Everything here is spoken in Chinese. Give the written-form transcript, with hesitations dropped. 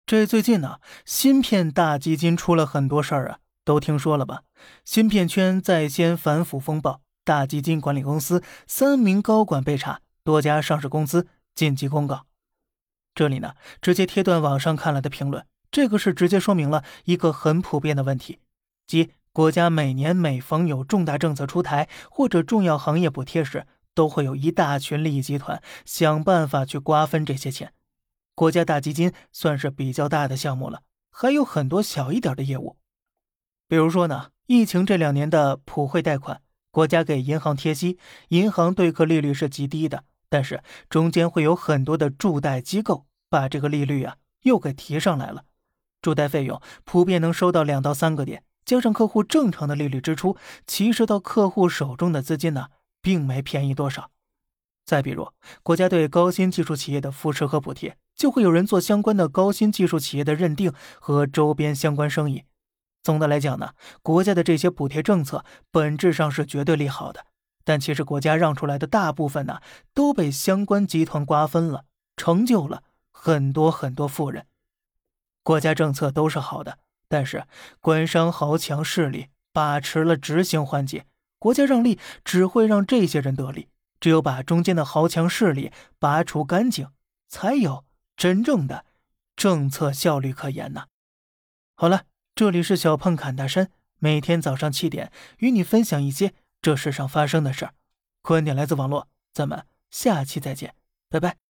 这最近呢，芯片大基金出了很多事儿啊，都听说了吧？芯片圈再掀反腐风暴，大基金管理公司3名高管被查，多家上市公司紧急公告。这里呢，直接贴断网上看来的评论，这个是直接说明了一个很普遍的问题，即国家每年每逢有重大政策出台或者重要行业补贴时，都会有一大群利益集团想办法去瓜分这些钱。国家大基金算是比较大的项目了，还有很多小一点的业务。比如说呢，疫情这2年的普惠贷款，国家给银行贴息，银行对客利率是极低的，但是中间会有很多的助贷机构把这个利率又给提上来了。助贷费用普遍能收到2到3个点，加上客户正常的利率支出，其实到客户手中的资金呢，并没便宜多少。再比如，国家对高新技术企业的扶持和补贴，就会有人做相关的高新技术企业的认定和周边相关生意。总的来讲呢，国家的这些补贴政策本质上是绝对利好的，但其实国家让出来的大部分呢，都被相关集团瓜分了，成就了很多很多富人。国家政策都是好的，但是官商豪强势力把持了执行环节，国家让利只会让这些人得利。只有把中间的豪强势力拔除干净，才有真正的政策效率可言呢。好了，这里是小胖侃大山，每天早上7点与你分享一些这世上发生的事儿。观点来自网络，咱们下期再见，拜拜。